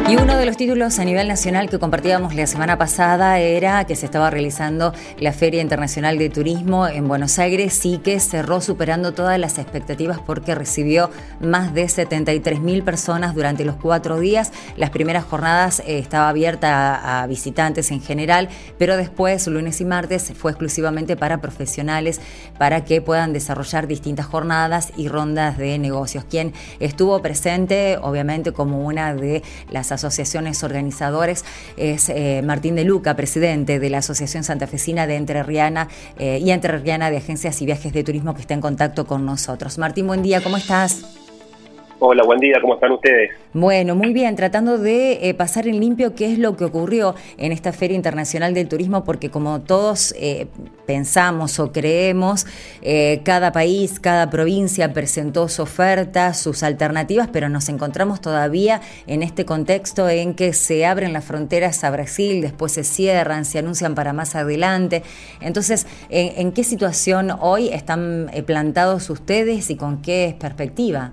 Y uno de los títulos a nivel nacional que compartíamos la semana pasada era que se estaba realizando la Feria Internacional de Turismo en Buenos Aires y que cerró superando todas las expectativas porque recibió más de 73.000 personas durante los 4 días. Las primeras jornadas estaba abierta a visitantes en general, pero después, lunes y martes, fue exclusivamente para profesionales para que puedan desarrollar distintas jornadas y rondas de negocios. Quien estuvo presente, obviamente, como una de las asociaciones organizadoras es Martín de Luca, presidente de la Asociación Santafesina de Entrerriana y Entrerriana de Agencias y Viajes de Turismo, que está en contacto con nosotros. Martín, buen día, ¿cómo estás? Hola, buen día, ¿cómo están ustedes? Bueno, muy bien, tratando de pasar en limpio qué es lo que ocurrió en esta Feria Internacional del Turismo, porque como todos pensamos o creemos, cada país, cada provincia presentó su oferta, sus alternativas, pero nos encontramos todavía en este contexto en que se abren las fronteras a Brasil, después se cierran, se anuncian para más adelante. Entonces, ¿en qué situación hoy están plantados ustedes y con qué perspectiva?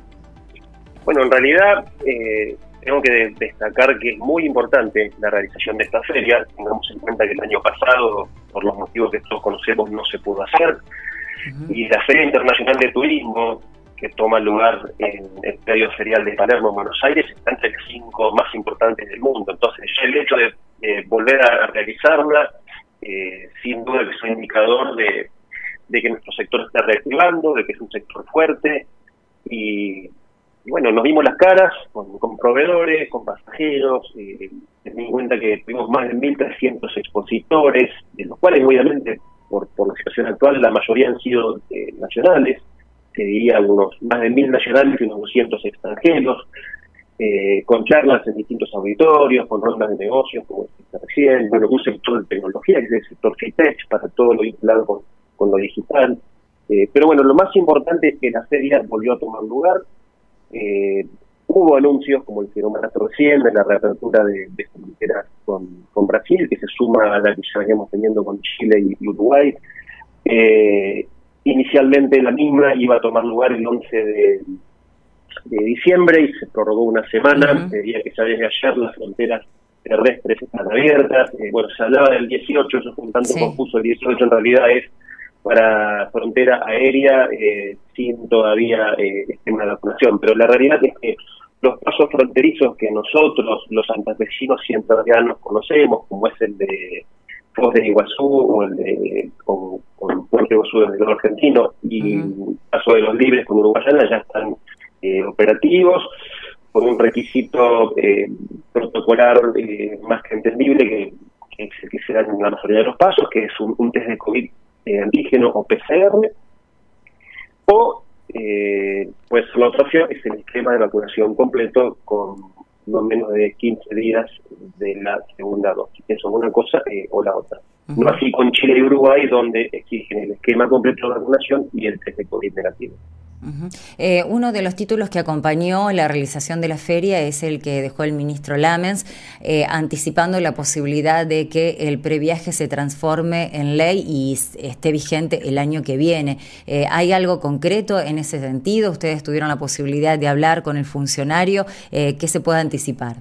Bueno, en realidad tengo que destacar que es muy importante la realización de esta feria. Tengamos en cuenta que el año pasado, por los motivos que todos conocemos, no se pudo hacer. Y la Feria Internacional de Turismo, que toma lugar en el Predio Ferial de Palermo, en Buenos Aires, está entre las 5 más importantes del mundo. Entonces, ya el hecho de volver a realizarla, sin duda que es un indicador de que nuestro sector está reactivando, de que es un sector fuerte. Y bueno, nos vimos las caras con proveedores, con pasajeros, ten en cuenta que tuvimos más de 1.300 expositores, de los cuales obviamente por la situación actual la mayoría han sido nacionales, te diría unos más de 1.000 nacionales y unos 200 extranjeros, con charlas en distintos auditorios, con rondas de negocios, como se recién, bueno, un sector de tecnología, que es el sector FinTech, para todo lo vinculado con lo digital. Pero bueno, lo más importante es que la feria volvió a tomar lugar. Hubo anuncios, como el que nombraste recién, de la reapertura de fronteras con Brasil, que se suma a la que ya veníamos teniendo con Chile y Uruguay. Inicialmente la misma iba a tomar lugar el 11 de diciembre y se prorrogó una semana. Diría que ya desde ayer las fronteras terrestres están abiertas. Bueno, se hablaba del 18, eso fue un tanto confuso. El 18 en realidad es para frontera aérea sin todavía esquema de vacunación, pero la realidad es que los pasos fronterizos que nosotros, los santafesinos y entrerrianos conocemos, como es el de Foz de Iguazú o el de con Puerto Iguazú desde el argentino y el paso de los libres con Uruguayana, ya están operativos, con un requisito protocolar más que entendible, que es el que se da en la mayoría de los pasos, que es un test de COVID antígeno o PCR, o pues la otra opción es el esquema de vacunación completo con no menos de 15 días de la segunda dosis. Eso es una cosa o la otra. No así con Chile y Uruguay, donde exigen el esquema completo de vacunación y el test de COVID negativo. Uno de los títulos que acompañó la realización de la feria es el que dejó el ministro Lamens, anticipando la posibilidad de que el previaje se transforme en ley y esté vigente el año que viene. ¿Hay algo concreto en ese sentido? ¿Ustedes tuvieron la posibilidad de hablar con el funcionario? ¿Qué se puede anticipar?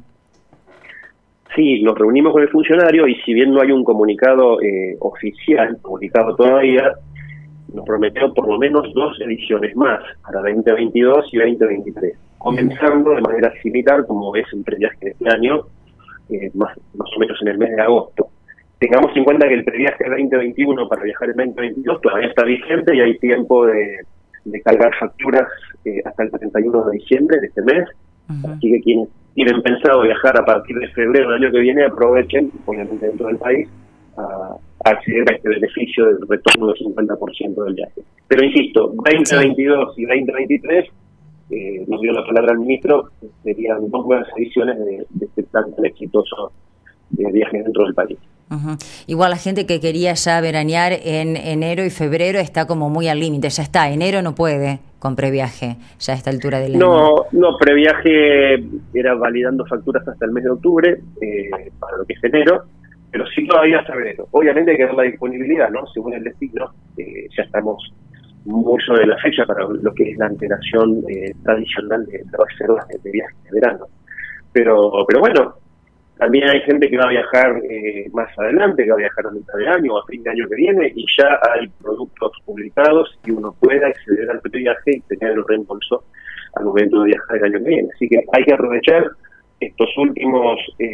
Sí, nos reunimos con el funcionario y si bien no hay un comunicado oficial, publicado todavía, nos prometió por lo menos 2 ediciones más para 2022 y 2023, comenzando de manera similar como es el previaje de este año, más o menos en el mes de agosto. Tengamos en cuenta que el previaje de 2021 para viajar en 2022 todavía está vigente y hay tiempo de cargar facturas hasta el 31 de diciembre de este mes, así que quienes tienen pensado viajar a partir de febrero del año que viene, aprovechen, obviamente dentro del país, a acceder a este beneficio del retorno del 50% del viaje. Pero insisto, 2022 y 2023, nos dio la palabra al ministro, serían 2 nuevas ediciones de este plan tan exitoso de viajes dentro del país. Igual la gente que quería ya veranear en enero y febrero está como muy al límite, ya está, enero no puede con previaje, ya a esta altura del año. No, previaje era validando facturas hasta el mes de octubre, para lo que es enero, pero sí todavía febrero. Obviamente hay que ver la disponibilidad, ¿no? Según el destino, ya estamos muy sobre la fecha para lo que es la antelación tradicional de reservas de viajes de verano. pero bueno, también hay gente que va a viajar más adelante, que va a viajar a mitad de año o a fin de año que viene, y ya hay productos publicados y uno puede acceder al viaje y tener el reembolso al momento de viajar el año que viene. Así que hay que aprovechar estos últimos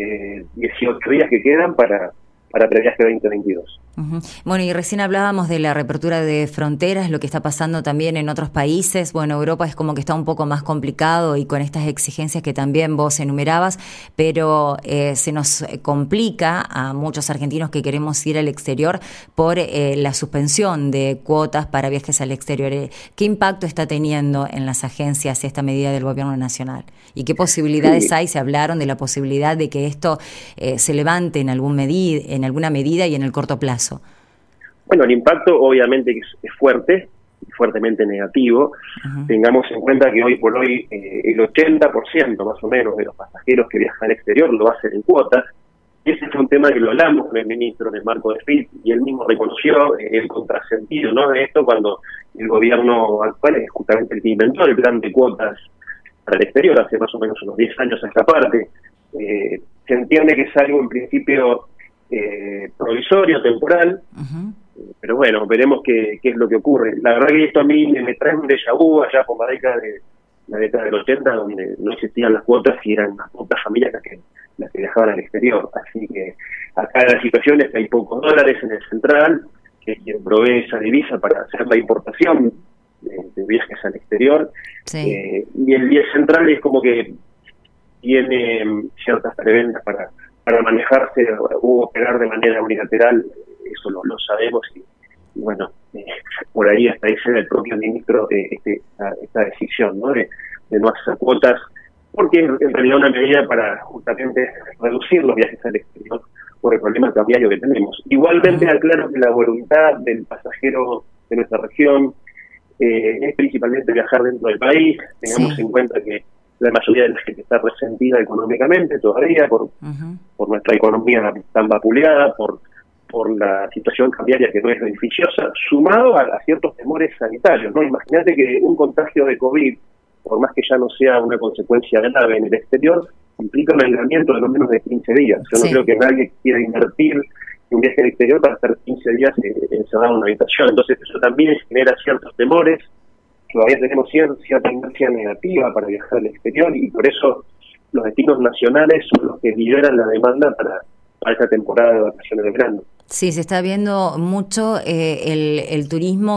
18 días que quedan para previaje 2022. Uh-huh. Bueno, y recién hablábamos de la reapertura de fronteras, lo que está pasando también en otros países. Bueno, Europa es como que está un poco más complicado y con estas exigencias que también vos enumerabas, pero se nos complica a muchos argentinos que queremos ir al exterior por la suspensión de cuotas para viajes al exterior. ¿Qué impacto está teniendo en las agencias esta medida del gobierno nacional? ¿Y qué posibilidades hay? Se hablaron de la posibilidad de que esto se levante en alguna medida y en el corto plazo. Bueno, el impacto obviamente es fuerte, fuertemente negativo. Uh-huh. Tengamos en cuenta que hoy por hoy el 80% más o menos de los pasajeros que viajan al exterior lo hacen en cuotas. Y ese fue un tema que lo hablamos con el ministro en el marco de FIT, y él mismo reconoció el contrasentido, ¿no?, de esto, cuando el gobierno actual es justamente el que inventó el plan de cuotas para el exterior hace más o menos unos 10 años a esta parte. Se entiende que es algo en principio provisorio, temporal, uh-huh. Pero bueno, veremos qué es lo que ocurre. La verdad que esto a mí me trae un déjà vu allá por la década del 80, donde no existían las cuotas y eran las pocas familias las que viajaban al exterior. Así que acá la situación es que hay pocos dólares en el central, que es quien provee esa divisa para hacer la importación de viajes al exterior. Sí. Y el central es como que tiene ciertas preventas para manejarse o operar de manera unilateral. Eso lo sabemos, y bueno, por ahí hasta dice el propio ministro esta decisión, ¿no?, de no hacer cuotas, porque es en realidad una medida para justamente reducir los viajes al exterior por el problema cambiario que tenemos. Igualmente aclaro que la voluntad del pasajero de nuestra región es principalmente viajar dentro del país. Tengamos en cuenta que la mayoría de la gente está resentida económicamente todavía por nuestra economía tan vapuleada, por la situación cambiaria que no es beneficiosa, sumado a ciertos temores sanitarios, ¿no? Imagínate que un contagio de COVID, por más que ya no sea una consecuencia grave en el exterior, implica un aislamiento de no menos de 15 días. Yo no creo que nadie quiera invertir en un viaje al exterior para estar 15 días encerrado en una habitación. Entonces eso también genera ciertos temores. Todavía tenemos cierta inercia negativa para viajar al exterior, y por eso los destinos nacionales son los que lideran la demanda para esta temporada de vacaciones de verano. Sí, se está viendo mucho el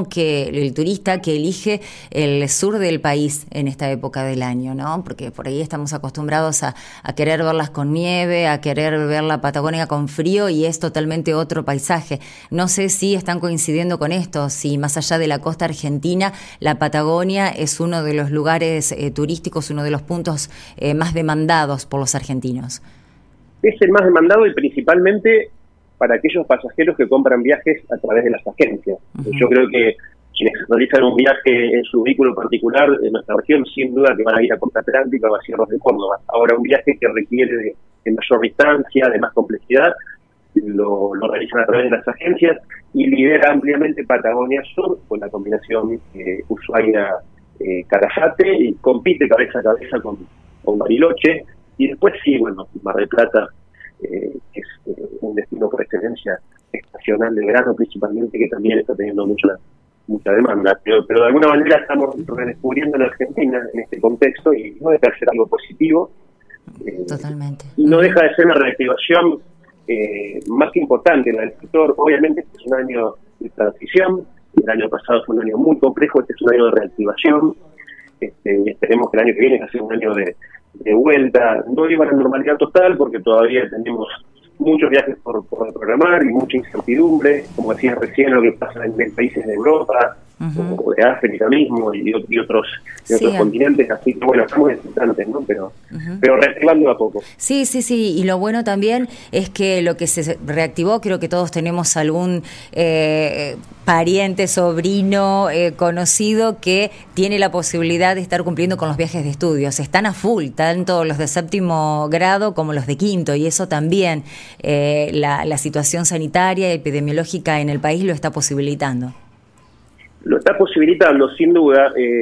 turista que elige el sur del país en esta época del año, ¿no? Porque por ahí estamos acostumbrados a querer verlas con nieve, a querer ver la Patagonia con frío, y es totalmente otro paisaje. No sé si están coincidiendo con esto, si más allá de la costa argentina, la Patagonia es uno de los lugares turísticos, uno de los puntos más demandados por los argentinos. Es el más demandado, y principalmente para aquellos pasajeros que compran viajes a través de las agencias. Uh-huh. Yo creo que quienes realizan un viaje en su vehículo particular en nuestra región, sin duda que van a ir a Costa Atlántica o a Sierras de Córdoba. Ahora, un viaje que requiere de mayor distancia, de más complejidad, lo realizan a través de las agencias, y lidera ampliamente Patagonia Sur con la combinación Ushuaia-Calafate, y compite cabeza a cabeza con Bariloche. Y después sí, bueno, Mar del Plata es un destino por excelencia estacional de verano principalmente, que también está teniendo mucha demanda. Pero de alguna manera estamos redescubriendo la Argentina en este contexto, y no deja de ser algo positivo. Totalmente. Y no deja de ser una reactivación más que importante la del sector. Obviamente este es un año de transición. El año pasado fue un año muy complejo, este es un año de reactivación. Y esperemos que el año que viene sea un año de vuelta, no iba a la normalidad total, porque todavía tenemos muchos viajes por programar y mucha incertidumbre, como decías recién, lo que pasa en países de Europa, uh-huh, o de África mismo, y otros continentes, así que bueno, estamos hesitantes, ¿no? Pero reactivando a poco. Sí, y lo bueno también es que lo que se reactivó, creo que todos tenemos algún pariente, sobrino, conocido que tiene la posibilidad de estar cumpliendo con los viajes de estudios. Están a full, tanto los de 7º grado como los de 5º, y eso también la situación sanitaria y epidemiológica en el país lo está posibilitando. Lo está posibilitando, sin duda.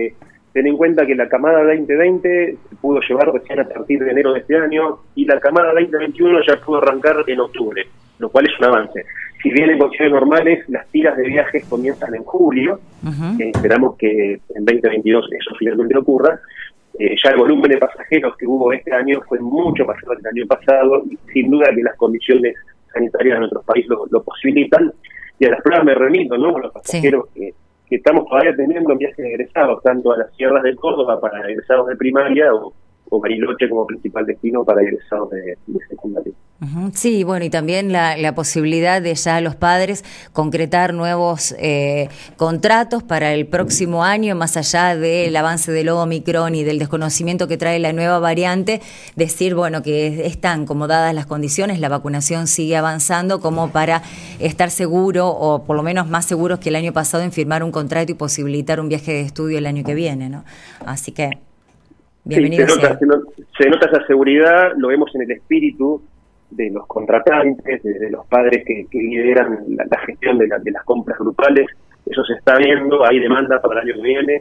ten en cuenta que la camada 2020 se pudo llevar recién a partir de enero de este año y la camada 2021 ya pudo arrancar en octubre, lo cual es un avance. Si bien en condiciones normales las tiras de viajes comienzan en julio, esperamos que en 2022 eso finalmente ocurra, ya el volumen de pasajeros que hubo este año fue mucho mayor que el año pasado y sin duda que las condiciones sanitarias de nuestro país lo posibilitan. Y a las pruebas me remito, ¿no? Con los pasajeros que estamos todavía teniendo en viajes egresados, tanto a las sierras de Córdoba para egresados de primaria o Bariloche como principal destino para egresados de secundaria. Sí, bueno, y también la posibilidad de ya los padres concretar nuevos contratos para el próximo año, más allá del avance del Omicron y del desconocimiento que trae la nueva variante, decir, bueno, que están como dadas las condiciones, la vacunación sigue avanzando como para estar seguro, o por lo menos más seguros que el año pasado, en firmar un contrato y posibilitar un viaje de estudio el año que viene, ¿no? Así que, bienvenido. Sí, se nota esa seguridad, lo vemos en el espíritu de los contratantes, de los padres que lideran la gestión de las compras grupales. Eso se está viendo, hay demanda para el año que viene,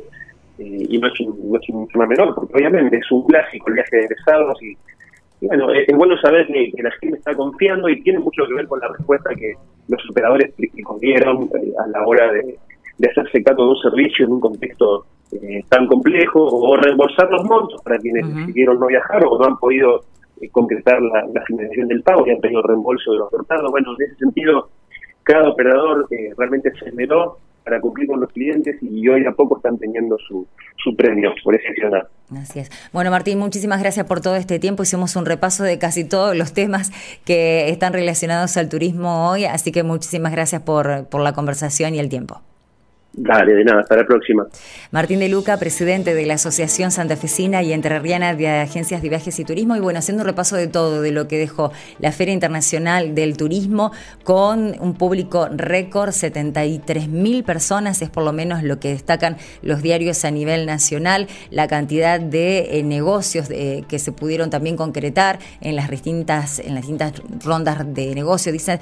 y no es un tema menor, porque obviamente es un clásico el viaje de egresados, y bueno, es bueno saber que la gente está confiando, y tiene mucho que ver con la respuesta que los operadores dieron a la hora de hacerse cargo de un servicio en un contexto tan complejo, o reembolsar los montos para quienes decidieron no viajar o no han podido concretar la financiación del pago y han pedido reembolso de los ofertados. Bueno, en ese sentido, cada operador realmente se esmeró para cumplir con los clientes, y hoy a poco están teniendo su premio por ese accionar. Así es. Bueno, Martín, muchísimas gracias por todo este tiempo. Hicimos un repaso de casi todos los temas que están relacionados al turismo hoy, así que muchísimas gracias por la conversación y el tiempo. Dale, de nada, hasta la próxima. Martín de Luca, presidente de la Asociación Santafesina y Entrerriana de Agencias de Viajes y Turismo, y bueno, haciendo un repaso de todo, de lo que dejó la Feria Internacional del Turismo, con un público récord, 73.000 personas, es por lo menos lo que destacan los diarios a nivel nacional, la cantidad de negocios que se pudieron también concretar en las distintas rondas de negocio, dicen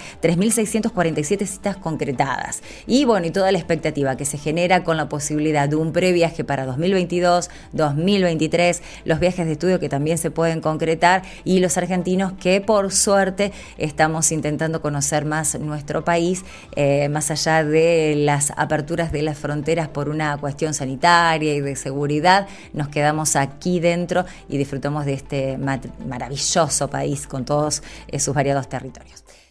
3.647 citas concretadas, y bueno, y toda la expectativa que se genera con la posibilidad de un previaje para 2022, 2023, los viajes de estudio que también se pueden concretar, y los argentinos que por suerte estamos intentando conocer más nuestro país, más allá de las aperturas de las fronteras por una cuestión sanitaria y de seguridad, nos quedamos aquí dentro y disfrutamos de este maravilloso país con todos sus variados territorios.